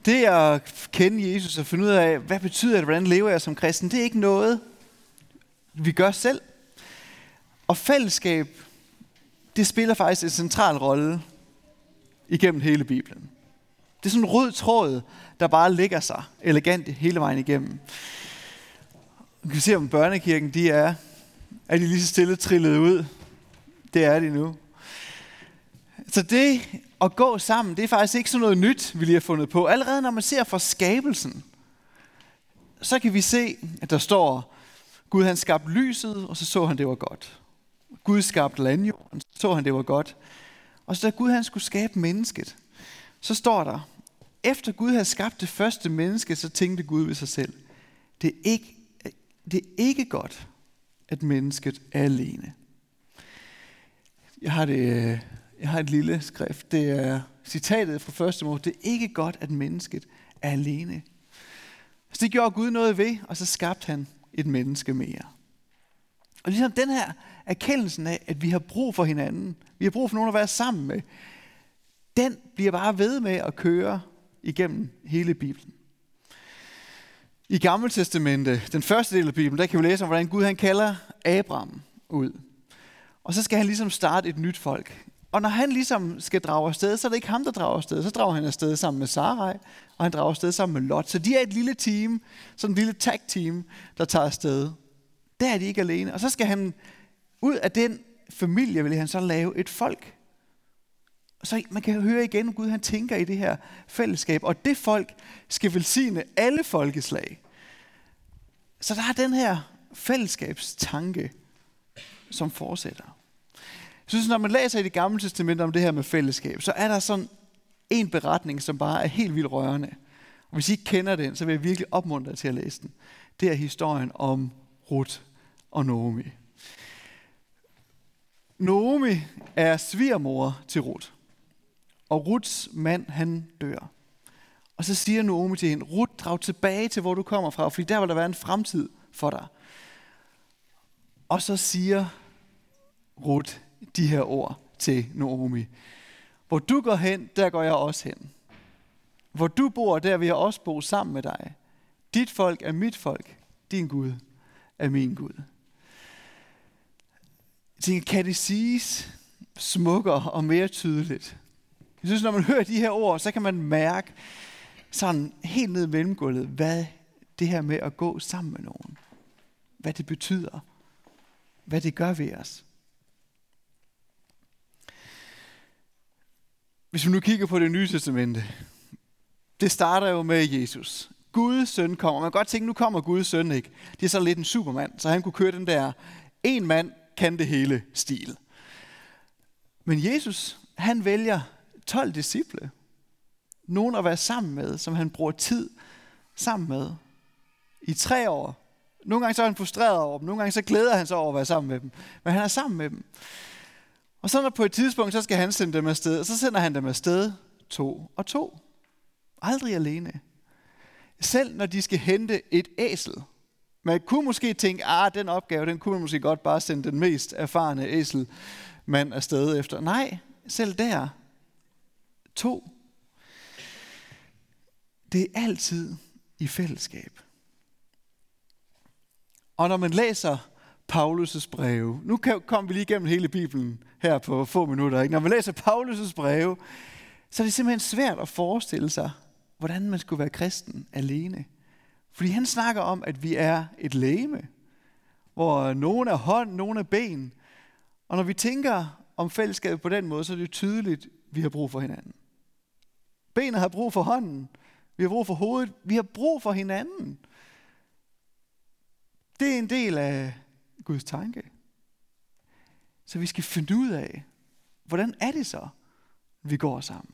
Det at kende Jesus og finde ud af, hvad betyder det, hvordan lever jeg som kristen, det er ikke noget, vi gør selv. Og fællesskab, det spiller faktisk en central rolle igennem hele Bibelen. Det er sådan en rød tråd, der bare lægger sig elegant hele vejen igennem. Du kan se, om børnekirken, er de lige så stille trillet ud. Det er de nu. Så det at gå sammen, det er faktisk ikke sådan noget nyt, vi lige har fundet på. Allerede når man ser fra skabelsen, så kan vi se, at der står, Gud han skabte lyset, og så han, det var godt. Gud skabte landjorden, så han, det var godt. Og så da Gud han skulle skabe mennesket, så står der, efter Gud havde skabt det første menneske, så tænkte Gud ved sig selv, det er ikke godt, at mennesket er alene. Jeg har et lille skrift. Det er citatet fra første Mose. Det er ikke godt, at mennesket er alene. Så det gjorde Gud noget ved, og så skabte han et menneske mere. Og ligesom den her erkendelsen af, at vi har brug for hinanden, vi har brug for nogen at være sammen med, den bliver bare ved med at køre igennem hele Bibelen. I Gamle Testamente, den første del af Bibelen, der kan vi læse om, hvordan Gud han kalder Abraham ud. Og så skal han ligesom starte et nyt folk. Og når han ligesom skal drage afsted, så er det ikke ham, der drager afsted. Så drager han afsted sammen med Sarai, og han drager afsted sammen med Lot. Så de er et lille team, sådan et lille tag team, der tager afsted. Der er de ikke alene. Og så skal han ud af den familie, vil han så lave et folk. Så man kan høre igen, at Gud han tænker i det her fællesskab. Og det folk skal velsigne alle folkeslag. Så der er den her fællesskabstanke, som fortsætter. Jeg synes, når man læser i Det Gamle Testamente om det her med fællesskab, så er der sådan en beretning, som bare er helt vildt rørende. Og hvis I ikke kender den, så vil jeg virkelig opmuntre til at læse den. Det er historien om Ruth og Naomi. Naomi er svigermor til Ruth. Og Ruths mand, han dør. Og så siger Naomi til hende, Ruth, drag tilbage til, hvor du kommer fra, fordi der vil der være en fremtid for dig. Og så siger Ruth de her ord til Naomi. Hvor du går hen, der går jeg også hen. Hvor du bor, der vil jeg også bo sammen med dig. Dit folk er mit folk. Din Gud er min Gud. Jeg tænker, kan det siges smukkere og mere tydeligt? Jeg synes, når man hører de her ord, så kan man mærke sådan helt ned i mellemgulvet, hvad det her med at gå sammen med nogen, hvad det betyder, hvad det gør ved os. Hvis vi nu kigger på Det Nye Testamente, det starter jo med Jesus. Guds søn kommer. Man kan godt tænke, nu kommer Guds søn ikke. Det er så lidt en supermand, så han kunne køre den der, en mand kan det hele stil. Men Jesus, han vælger 12 disciple. Nogen at være sammen med, som han bruger tid sammen med. I 3 år. Nogle gange så er han frustreret over dem. Nogle gange så glæder han sig over at være sammen med dem. Men han er sammen med dem. Og så når på et tidspunkt, så skal han sende dem afsted. Og så sender han dem afsted 2 og 2. Aldrig alene. Selv når de skal hente et æsel. Man kunne måske tænke, den opgave, den kunne man måske godt bare sende den mest erfarne æselmand afsted efter. Nej, selv der 2. Det er altid i fællesskab. Og når man læser Paulus' breve, nu kommer vi lige igennem hele Bibelen her på få minutter, ikke? Når man læser Paulus' breve, så er det simpelthen svært at forestille sig, hvordan man skulle være kristen alene. Fordi han snakker om, at vi er et legeme, hvor nogen er hånd, nogen er ben. Og når vi tænker om fællesskabet på den måde, så er det jo tydeligt, at vi har brug for hinanden. Benet har brug for hånden. Vi har brug for hovedet. Vi har brug for hinanden. Det er en del af Guds tanke. Så vi skal finde ud af, hvordan er det så, vi går sammen.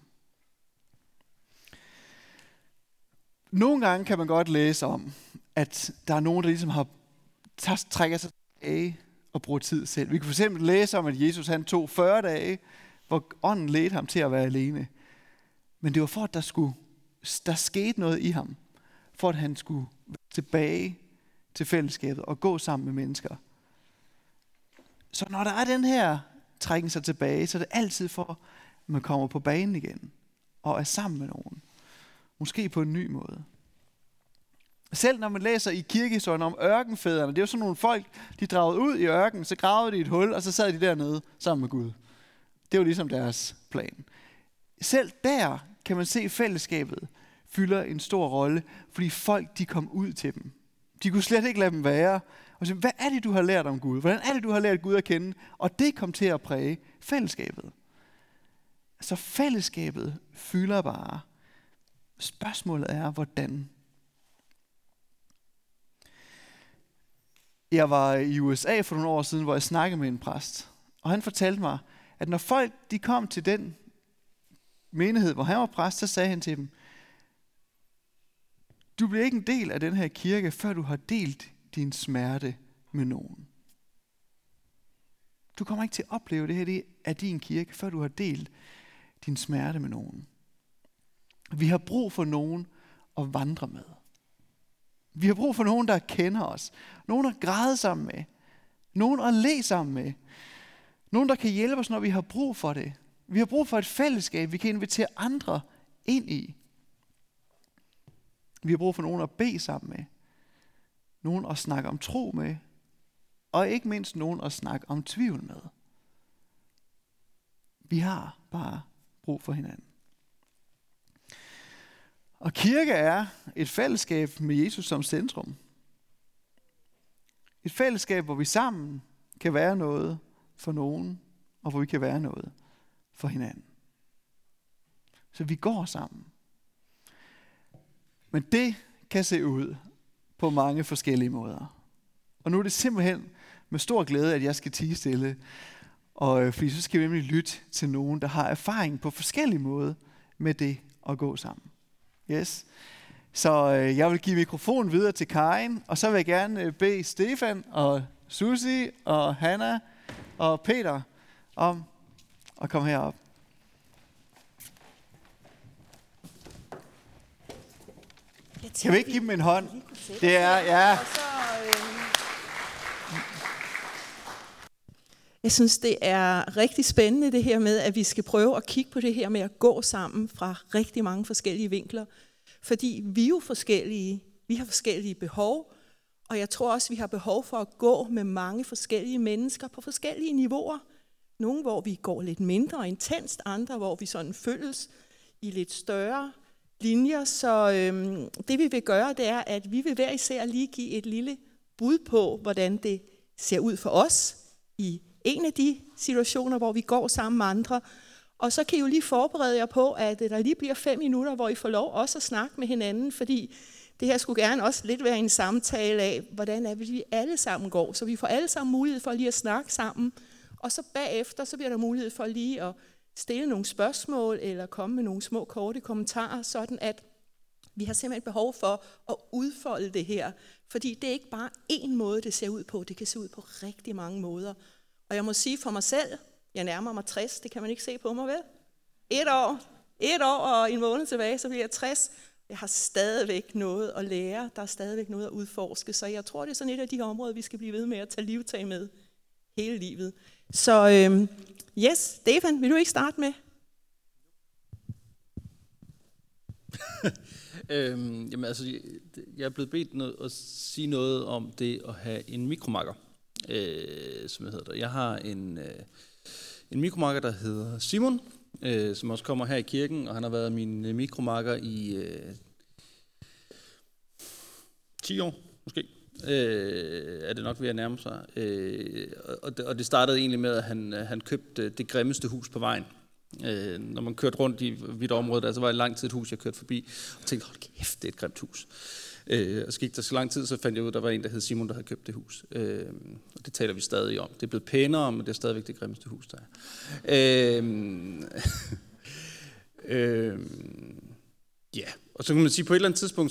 Nogle gange kan man godt læse om, at der er nogen, der ligesom trækker sig tilbage og bruger tid selv. Vi kan for eksempel læse om, at Jesus han tog 40 dage, hvor ånden ledte ham til at være alene. Men det var for, at der skete noget i ham. For at han skulle tilbage til fællesskabet og gå sammen med mennesker. Så når der er den her trækken sig tilbage, så er det altid for, at man kommer på banen igen og er sammen med nogen. Måske på en ny måde. Selv når man læser i kirkehistorien om ørkenfædrene, det er jo sådan nogle folk, de dragede ud i ørkenen, så gravede de et hul, og så sad de dernede sammen med Gud. Det var ligesom deres plan. Selv der kan man se, at fællesskabet fylder en stor rolle, fordi folk de kom ud til dem. De kunne slet ikke lade dem være. Og sige, hvad er det, du har lært om Gud? Hvordan er det, du har lært Gud at kende? Og det kom til at præge fællesskabet. Så fællesskabet fylder bare. Spørgsmålet er, hvordan? Jeg var i USA for nogle år siden, hvor jeg snakkede med en præst. Og han fortalte mig, at når folk de kom til den menighed, hvor han var præst, så sagde han til dem, du bliver ikke en del af den her kirke, før du har delt din smerte med nogen. Du kommer ikke til at opleve det her det er din kirke, før du har delt din smerte med nogen. Vi har brug for nogen at vandre med. Vi har brug for nogen, der kender os. Nogen at græde sammen med. Nogen at le sammen med. Nogen, der kan hjælpe os, når vi har brug for det. Vi har brug for et fællesskab, vi kan invitere andre ind i. Vi har brug for nogen at bede sammen med. Nogen at snakke om tro med. Og ikke mindst nogen at snakke om tvivl med. Vi har bare brug for hinanden. Og kirke er et fællesskab med Jesus som centrum. Et fællesskab, hvor vi sammen kan være noget for nogen, og hvor vi kan være noget for hinanden. Så vi går sammen. Men det kan se ud på mange forskellige måder. Og nu er det simpelthen med stor glæde, at jeg skal tie stille. Og fordi så skal vi nemlig lytte til nogen, der har erfaring på forskellige måder med det at gå sammen. Yes. Så jeg vil give mikrofonen videre til Karin, og så vil jeg gerne bede Stefan og Susie og Hanna og Peter om at komme herop. Kan vi ikke give dem en hånd? Det er, ja. Jeg synes, det er rigtig spændende det her med, at vi skal prøve at kigge på det her med at gå sammen fra rigtig mange forskellige vinkler. Fordi vi er jo forskellige, vi har forskellige behov, og jeg tror også, vi har behov for at gå med mange forskellige mennesker på forskellige niveauer. Nogle, hvor vi går lidt mindre intenst, andre, hvor vi sådan følges i lidt større linjer. Så det vi vil gøre, det er, at vi vil hver især lige give et lille bud på, hvordan det ser ud for os i en af de situationer, hvor vi går sammen med andre. Og så kan I jo lige forberede jer på, at der lige bliver 5 minutter, hvor I får lov også at snakke med hinanden, fordi det her skulle gerne også lidt være en samtale af, hvordan er vi alle sammen går. Så vi får alle sammen mulighed for lige at snakke sammen, og så bagefter, så bliver der mulighed for lige at stille nogle spørgsmål, eller komme med nogle små korte kommentarer, sådan at vi har simpelthen behov for at udfolde det her. Fordi det er ikke bare én måde, det ser ud på, det kan se ud på rigtig mange måder. Og jeg må sige for mig selv, jeg nærmer mig 60, det kan man ikke se på mig, vel? 1 år og en måned tilbage, så bliver jeg 60. Jeg har stadigvæk noget at lære, der er stadigvæk noget at udforske, så jeg tror, det er sådan et af de her områder, vi skal blive ved med at tage livtag med hele livet. Så yes, Stefan, vil du ikke starte med? Jamen altså, jeg er blevet bedt at sige noget om det at have en mikromakker, som hedder det. Jeg har en mikromakker, der hedder Simon, som også kommer her i kirken, og han har været min mikromakker i 10 år, måske. Er det nok ved at nærme sig. Og det startede egentlig med, at han købte det grimmeste hus på vejen. Når man kørte rundt i vidt område, der, så var det lang tid et hus, jeg kørte forbi, og tænkte, hold kæft, det er et grimt hus. Og så gik der så lang tid, så fandt jeg ud, at der var en, der hed Simon, der havde købt det hus. Og det taler vi stadig om. Det er blevet pænere, men det er stadigvæk det grimmeste hus, der er. Ja, og så kan man sige, på et eller andet tidspunkt,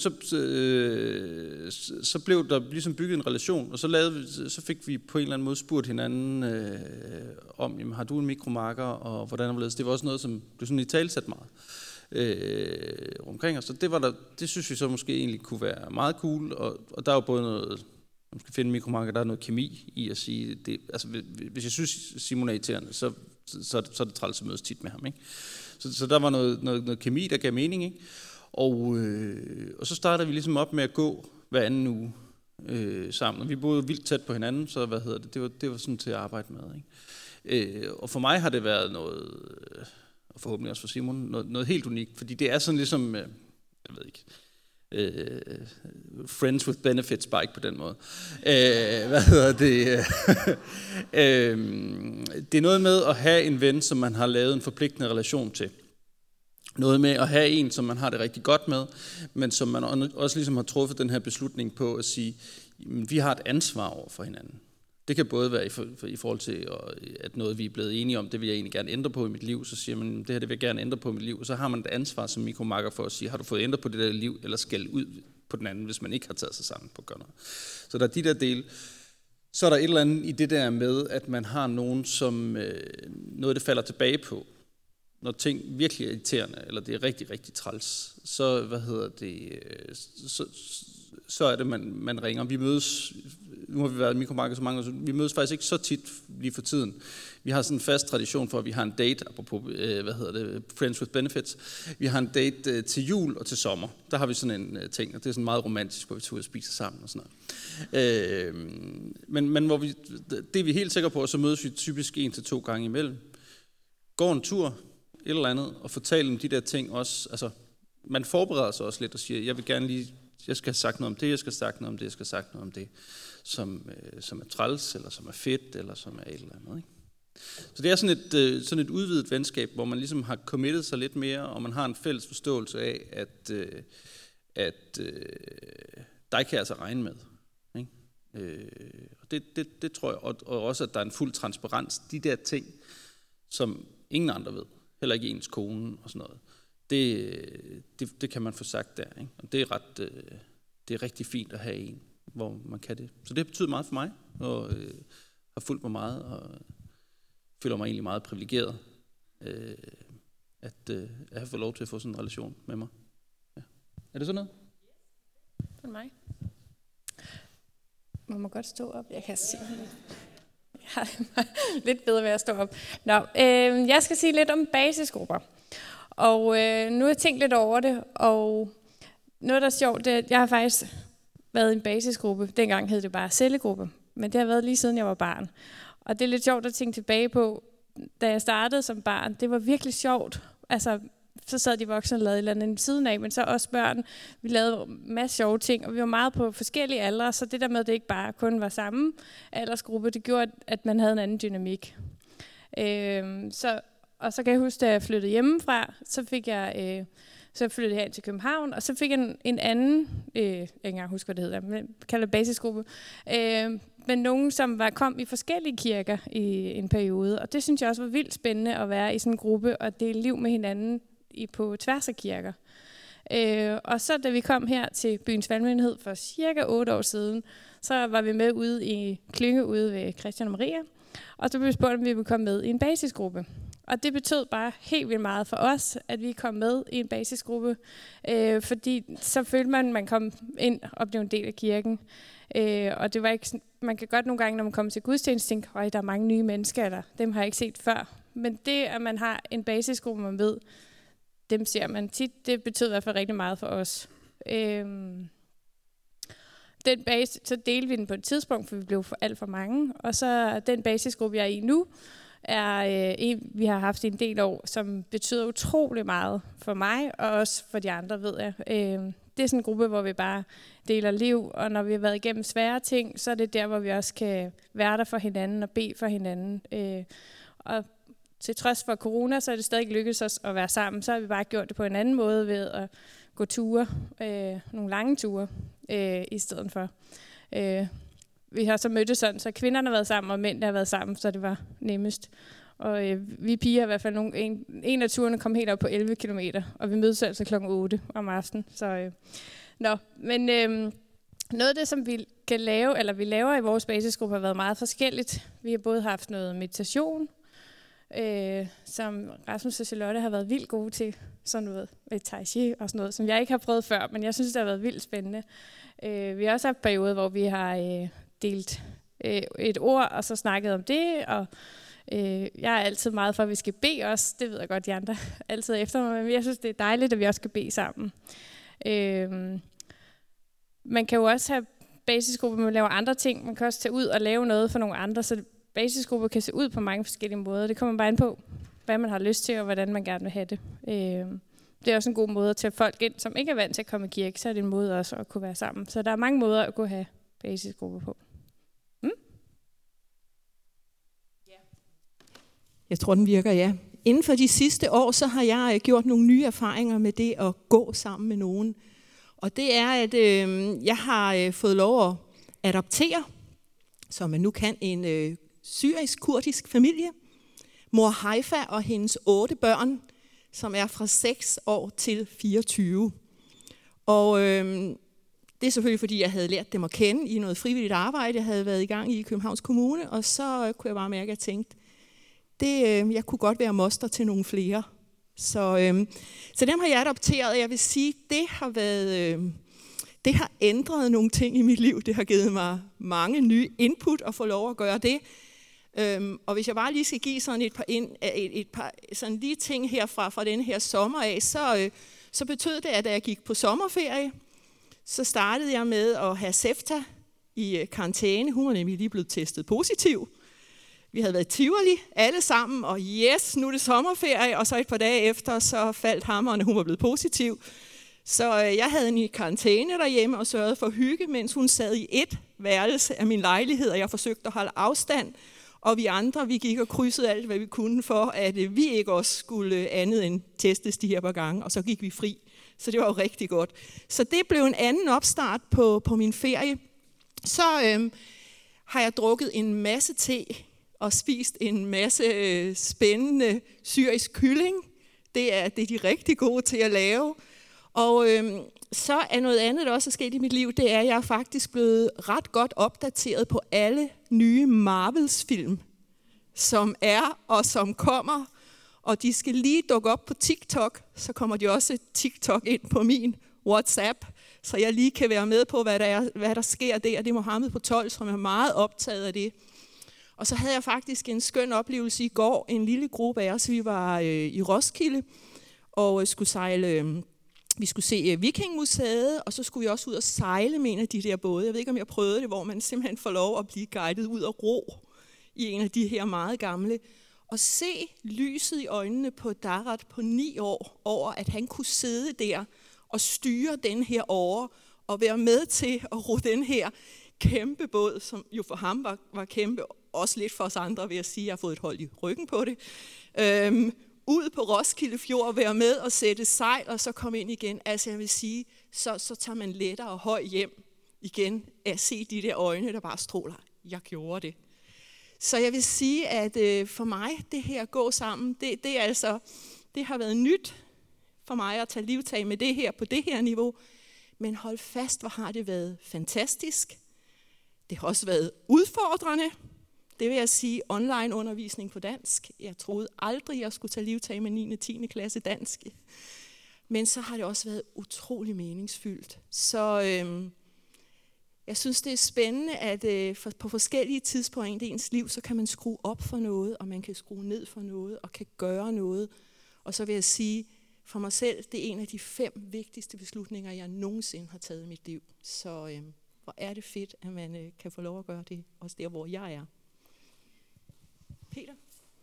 så blev der ligesom bygget en relation, og så fik vi på en eller anden måde spurgt hinanden om, jamen, har du en mikromarker, og hvordan er det? Det var også noget, som blev sådan i talsat meget omkring os. Så det synes vi så måske egentlig kunne være meget cool, og der er jo både noget, når man skal finde en mikromarker, der er noget kemi i at sige, det, altså hvis jeg synes Simon er irriterende, så er det træls at mødes tit med ham, ikke? Så der var noget kemi, der gav mening, ikke? Og så startede vi ligesom op med at gå hver anden uge sammen. Og vi boede vildt tæt på hinanden, så det var sådan til at arbejde med. Ikke? Og for mig har det været noget, og forhåbentlig også for Simon, noget helt unikt, fordi det er sådan ligesom, jeg ved ikke, friends with benefits, bare ikke på den måde. Det er noget med at have en ven, som man har lavet en forpligtende relation til. Noget med at have en, som man har det rigtig godt med, men som man også ligesom har truffet den her beslutning på at sige, jamen, vi har et ansvar over for hinanden. Det kan både være i forhold til, at noget vi er blevet enige om, det vil jeg egentlig gerne ændre på i mit liv, så siger man, det her det vil jeg gerne ændre på i mit liv, og så har man et ansvar som mikromakker for at sige, har du fået ændret på det der liv, eller skal ud på den anden, hvis man ikke har taget sig sammen på at gøre noget. Så der er de der dele. Så er der et eller andet i det der med, at man har nogen, som noget det falder tilbage på. Når ting virkelig er irriterende, eller det er rigtig, rigtig træls, så, så er det, man ringer. Vi mødes, nu har vi været i mikromarked så mange år, så vi mødes faktisk ikke så tit lige for tiden. Vi har sådan en fast tradition for, at vi har en date, apropos, Friends with Benefits. Vi har en date til jul og til sommer. Der har vi sådan en ting, og det er sådan meget romantisk, hvor vi tager ud og spiser sammen og sådan noget. Men hvor det er vi helt sikre på, så mødes vi typisk 1 til 2 gange imellem. Går en tur, et eller andet, og fortælle om de der ting også. Altså, man forbereder sig også lidt og siger, jeg vil gerne lige, jeg skal have sagt noget om det, jeg skal have sagt noget om det, jeg skal have sagt noget om det, som er træls, eller som er fedt, eller som er et eller andet. Ikke? Så det er sådan et udvidet venskab, hvor man ligesom har committet sig lidt mere, og man har en fælles forståelse af, at dig kan altså regne med. Ikke? Og det tror jeg, og også, at der er en fuld transparens. De der ting, som ingen andre ved, heller ikke ens kone og sådan noget, det kan man få sagt der. Ikke? Og det er rigtig fint at have en, hvor man kan det. Så det betyder meget for mig, og har fulgt mig meget, og føler mig egentlig meget privilegeret, at have fået lov til at få sådan en relation med mig. Ja. Er det sådan noget? For mig. Må man godt stå op? Jeg kan sige jeg har lidt bedre ved at stå op. Jeg skal sige lidt om basisgrupper. Og nu har jeg tænkt lidt over det, og noget, der er sjovt, det er, at jeg har faktisk været i en basisgruppe. Dengang hed det bare cellegruppe, men det har været lige siden jeg var barn. Og det er lidt sjovt at tænke tilbage på, da jeg startede som barn. Det var virkelig sjovt. Altså, så sad de voksne og lavede et eller andet siden af, men så også børn. Vi lavede en masse sjove ting, og vi var meget på forskellige aldre, så det der med, at det ikke bare kun var samme aldersgruppe, det gjorde, at man havde en anden dynamik. Og så kan jeg huske, da jeg flyttede hjemmefra, så flyttede jeg hen til København, og så fik jeg en anden, jeg kan ikke engang huske, hvad det hedder, men jeg kalder det basisgruppe, men nogen, som kom i forskellige kirker i en periode, og det synes jeg også var vildt spændende at være i sådan en gruppe, og dele liv med hinanden på tværs af kirker. Og så da vi kom her til byens valgmyndighed for cirka 8 år siden, så var vi med ude i klynge ude ved Christian og Maria, og så blev vi spurgt, om vi ville komme med i en basisgruppe. Og det betød bare helt vildt meget for os, at vi kom med i en basisgruppe, fordi så følte man kom ind og blev en del af kirken. Og det var ikke, man kan godt nogle gange, når man kommer til gudstjeneste, tænke, der er mange nye mennesker, eller dem har jeg ikke set før. Men det, at man har en basisgruppe, man ved, dem ser man tit, det betød i hvert fald rigtig meget for os. Så delte vi den på et tidspunkt, for vi blev alt for mange. Og så den basisgruppe, jeg er i nu, er en, vi har haft i en del år, som betyder utrolig meget for mig, og også for de andre, ved jeg. Det er sådan en gruppe, hvor vi bare deler liv, og når vi har været igennem svære ting, så er det der, hvor vi også kan være der for hinanden og bede for hinanden. Og til trods for corona, så er det stadig lykkedes os at være sammen. Så har vi bare gjort det på en anden måde ved at gå ture, nogle lange ture i stedet for. Vi har så mødtes sådan, så kvinderne har været sammen, og mændene har været sammen, så det var nemmest. Og vi piger i hvert fald, en af turene kom helt op på 11 kilometer, og vi mødes altså kl. 8 om aftenen. Så, noget af det, som vi kan lave, eller vi laver i vores basisgruppe, har været meget forskelligt. Vi har både haft noget meditation, som Rasmus og Charlotte har været vildt gode til, sådan noget med tai chi og sådan noget, som jeg ikke har prøvet før, men jeg synes, det har været vildt spændende. Vi har også haft perioder, hvor vi har delt et ord, og så snakket om det, og Jeg er altid meget for, at vi skal bede os. Det ved jeg godt, de andre altid efter mig, men jeg synes, det er dejligt, at vi også skal bede sammen. Man kan jo også have basisgrupper, hvor man laver andre ting. Man kan også tage ud og lave noget for nogle andre, så basisgrupper kan se ud på mange forskellige måder. Det kommer bare ind på, hvad man har lyst til, og hvordan man gerne vil have det. Det er også en god måde at tage folk ind, som ikke er vant til at komme i kirke, så er det en måde også at kunne være sammen. Så der er mange måder at kunne have basisgrupper på. Jeg tror, den virker, ja. Inden for de sidste år, så har jeg gjort nogle nye erfaringer med det at gå sammen med nogen. Og det er, at jeg har fået lov at adoptere, som man nu kan, en syrisk-kurdisk familie. Mor Haifa og hendes 8 børn, som er fra 6 år til 24. Og det er selvfølgelig, fordi jeg havde lært dem at kende i noget frivilligt arbejde, jeg havde været i gang i Københavns Kommune, og så kunne jeg bare mærke, at jeg tænkte, jeg kunne godt være moster til nogle flere. Så dem har jeg adopteret, og jeg vil sige, det har ændret nogle ting i mit liv. Det har givet mig mange nye input at få lov at gøre det. Og hvis jeg bare lige skal give sådan et par sådan lige ting herfra fra denne her sommer af, så betød det, at da jeg gik på sommerferie, så startede jeg med at have Sefta i karantæne. Hun var nemlig lige blevet testet positiv. Vi havde været i Tivoli alle sammen, og yes, nu er det sommerferie, og så et par dage efter, så faldt hammeren, og hun var blevet positiv. Så jeg havde hende i karantæne derhjemme og sørgede for hygge, mens hun sad i et værelse af min lejlighed, og jeg forsøgte at holde afstand. Og vi andre, vi gik og krydsede alt, hvad vi kunne for, at vi ikke også skulle andet end testes de her par gange, og så gik vi fri. Så det var jo rigtig godt. Så det blev en anden opstart på min ferie. Så har jeg drukket en masse te og spist en masse spændende syrisk kylling. Det er de rigtig gode til at lave. Og så er noget andet, der også er sket i mit liv, det er, at jeg er faktisk blevet ret godt opdateret på alle nye Marvels-film, som er og som kommer. Og de skal lige dukke op på TikTok, så kommer de også TikTok ind på min WhatsApp, så jeg lige kan være med på, hvad der sker der. Det er Mohammed på 12, som er meget optaget af det. Og så havde jeg faktisk en skøn oplevelse i går. En lille gruppe af os, vi var i Roskilde og skulle sejle. Vi skulle se Vikingmuseet, og så skulle vi også ud og sejle med en af de der både. Jeg ved ikke, om jeg prøvede det, hvor man simpelthen får lov at blive guidet ud og ro i en af de her meget gamle. Og se lyset i øjnene på Darat på 9 år over, at han kunne sidde der og styre den her åre og være med til at ro den her kæmpe båd, som jo for ham var kæmpe, også lidt for os andre, vil jeg sige, jeg har fået et hold i ryggen på det, ud på Roskilde Fjord og være med og sætte sejl, og så komme ind igen. Altså jeg vil sige, så tager man lettere og høj hjem igen at se de der øjne, der bare stråler. Jeg gjorde det. Så jeg vil sige, at for mig, det her gå sammen, det har været nyt for mig at tage livtag med det her på det her niveau. Men hold fast, hvor har det været fantastisk. Det har også været udfordrende. Det vil jeg sige, online undervisning på dansk. Jeg troede aldrig, jeg skulle tage livtag med 9. og 10. klasse dansk. Men så har det også været utrolig meningsfyldt. Så jeg synes, det er spændende, at på forskellige tidspunkter i ens liv, så kan man skrue op for noget, og man kan skrue ned for noget, og kan gøre noget. Og så vil jeg sige, for mig selv, det er en af de 5 vigtigste beslutninger, jeg nogensinde har taget i mit liv. Så hvor er det fedt, at man kan få lov at gøre det, også der, hvor jeg er. Peter?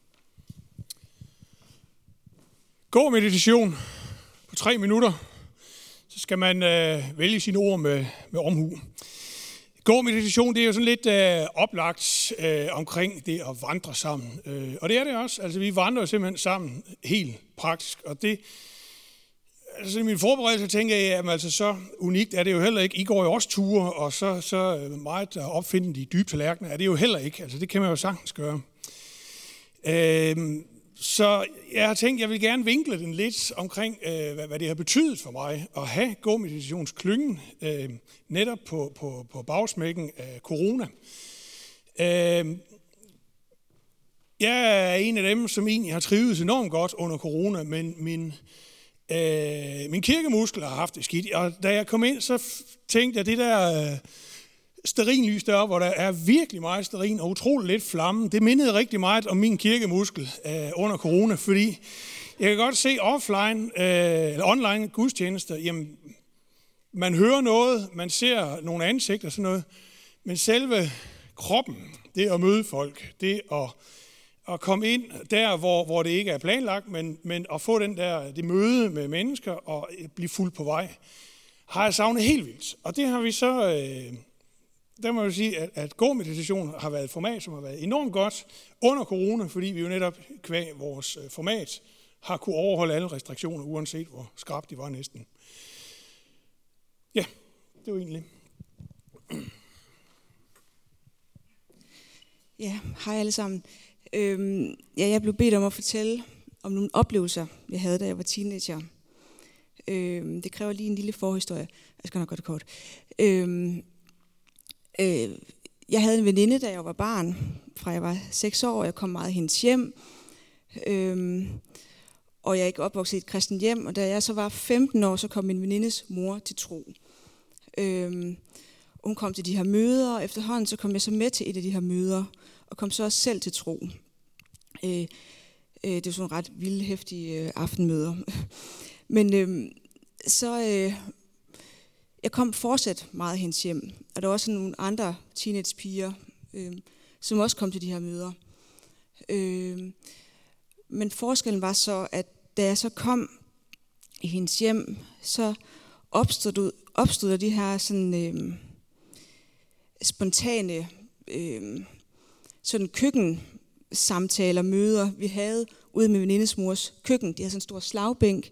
God meditation på 3 minutter. Så skal man vælge sine ord med omhu. God meditation, det er jo sådan lidt oplagt omkring det at vandre sammen. Og det er det også. Altså vi vandrer jo simpelthen sammen helt praktisk. Og det, altså i min forberedelse tænker jeg, at altså, så unikt er det jo heller ikke. I går jo også ture, og så meget at opfinde de dybe tallerkener er det jo heller ikke. Altså det kan man jo sagtens gøre. Så jeg har tænkt, at jeg vil gerne vinkle den lidt omkring, hvad det har betydet for mig at have god meditationsklyngen netop på bagsmækken af corona. Jeg er en af dem, som egentlig har trivet enormt godt under corona, men min kirkemuskel har haft det skidt. Og da jeg kom ind, så tænkte jeg, at det der stearinlys deroppe, hvor der er virkelig meget stearin og utroligt lidt flamme. Det mindede rigtig meget om min kirkemuskel under corona, fordi jeg kan godt se offline eller online gudstjenester, jamen, man hører noget, man ser nogle ansigter og sådan noget, men selve kroppen, det at møde folk, det at komme ind der, hvor det ikke er planlagt, men at få det møde med mennesker og blive fuldt på vej, har jeg savnet helt vildt. Og det har vi så, der må jeg sige, at gåmeditation har været et format, som har været enormt godt under corona, fordi vi jo netop kvæg vores format har kunne overholde alle restriktioner, uanset hvor skrapt de var næsten. Ja, det var egentlig. Ja, hej alle sammen. Jeg blev bedt om at fortælle om nogle oplevelser, jeg havde, da jeg var teenager. Det kræver lige en lille forhistorie. Jeg skal nok gøre det kort. Jeg havde en veninde, da jeg var barn, fra jeg var 6 år, og jeg kom meget af hendes hjem. Og jeg er ikke opvokset i et kristent hjem, og da jeg så var 15 år, så kom min venindes mor til tro. Hun kom til de her møder, og efterhånden så kom jeg så med til et af de her møder, og kom så også selv til tro. Det var sådan ret vilde, heftige aftenmøder. Men jeg kom fortsat meget af hendes hjem, og der var også nogle andre teenagepiger, som også kom til de her møder. Men forskellen var så, at da jeg så kom i hendes hjem, så opstod der de her sådan spontane sådan køkkensamtaler, møder, vi havde ude med venindes mors køkken. De havde sådan en stor slagbænk,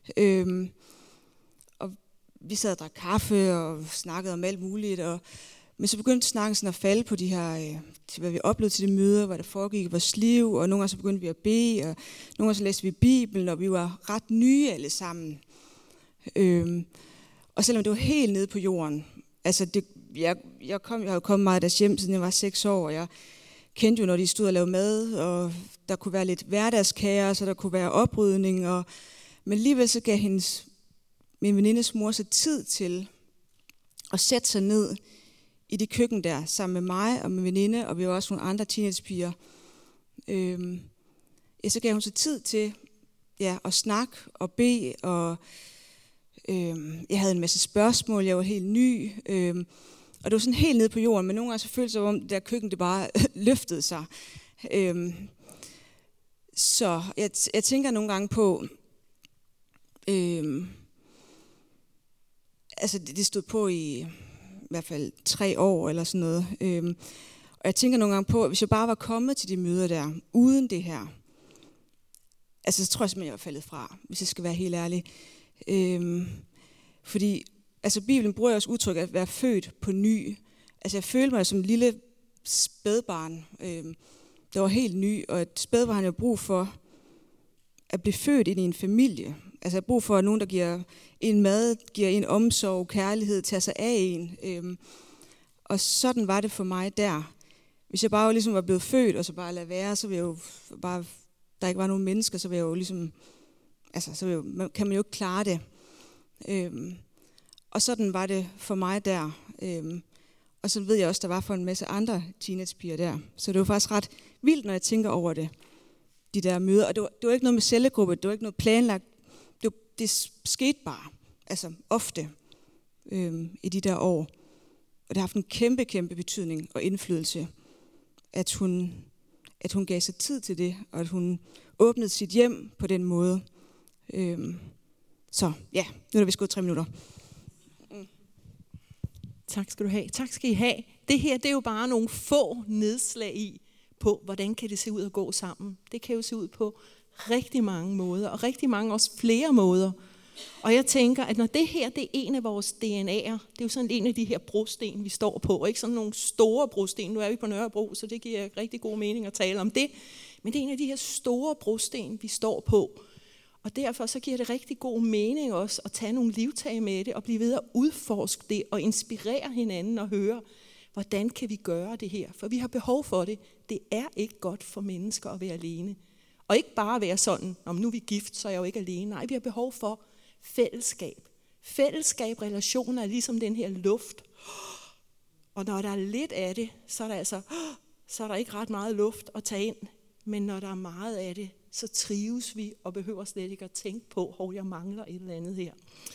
og vi sad og drak kaffe og snakkede om alt muligt. Men så begyndte snakken sådan at falde på de her, til hvad vi oplevede til de møder, hvad der foregik i vores liv, og nogle gange så begyndte vi at bede, og nogle gange så læste vi Bibelen, og vi var ret nye alle sammen. Og selvom det var helt nede på jorden, altså jeg har jo kommet meget af deres hjem, siden jeg var 6 år, og jeg kendte jo, når de stod og lavede mad, og der kunne være lidt hverdagskaos, og der kunne være oprydning, men alligevel så gav min venindes mor så tid til at sætte sig ned i det køkken der, sammen med mig og min veninde, og vi var også nogle andre teenagepiger. Så gav hun så tid til at snakke og bede, og jeg havde en masse spørgsmål, jeg var helt ny, og det var sådan helt nede på jorden, men nogle gange så følte det som om det der køkken, det bare løftede sig. Så jeg tænker nogle gange på, altså det stod på i hvert fald 3 år eller sådan noget, og jeg tænker nogle gange på, at hvis jeg bare var kommet til de møder der, uden det her, altså så tror jeg simpelthen, jeg var faldet fra, hvis jeg skal være helt ærlig. Fordi altså Bibelen bruger også udtryk at være født på ny. Altså jeg følte mig som en lille spædbarn, der var helt ny, og et spædbarn har jo brug for at blive født ind i en familie. Altså jeg har brug for at nogen, der giver en mad, giver en omsorg, kærlighed, tager sig af en. Og sådan var det for mig der. Hvis jeg bare ligesom var blevet født, og så bare lade være, så ville jeg jo bare, der ikke var nogen mennesker, så ville jeg jo ligesom, altså så kan man jo ikke klare det. Og sådan var det for mig der. Og så ved jeg også, der var for en masse andre teenagepiger der. Så det var faktisk ret vildt, når jeg tænker over det, de der møder. Og det var ikke noget med cellegruppe, det var ikke noget planlagt. Det skete bare, altså ofte i de der år. Og det har haft en kæmpe, kæmpe betydning og indflydelse, at hun gav sig tid til det, og at hun åbnede sit hjem på den måde. Så ja, nu er der vist gået 3 minutter. Tak skal du have. Tak skal I have. Det her, det er jo bare nogle få nedslag i på, hvordan kan det se ud at gå sammen. Det kan jo se ud på rigtig mange måder, og rigtig mange også flere måder. Og jeg tænker, at når det her, det er en af vores DNA'er, det er jo sådan en af de her brosten, vi står på, og ikke sådan nogle store brosten. Nu er vi på Nørrebro, så det giver rigtig god mening at tale om det. Men det er en af de her store brosten, vi står på. Og derfor så giver det rigtig god mening også at tage nogle livtag med det, og blive ved at udforske det, og inspirere hinanden og høre, hvordan kan vi gøre det her? For vi har behov for det. Det er ikke godt for mennesker at være alene. Og ikke bare være sådan, om nu er vi gift, så er jeg jo ikke alene. Nej, vi har behov for fællesskab. Fællesskab, relationer er ligesom den her luft. Og når der er lidt af det, så er der ikke ret meget luft at tage ind. Men når der er meget af det, så trives vi og behøver slet ikke at tænke på, jeg mangler et eller andet her.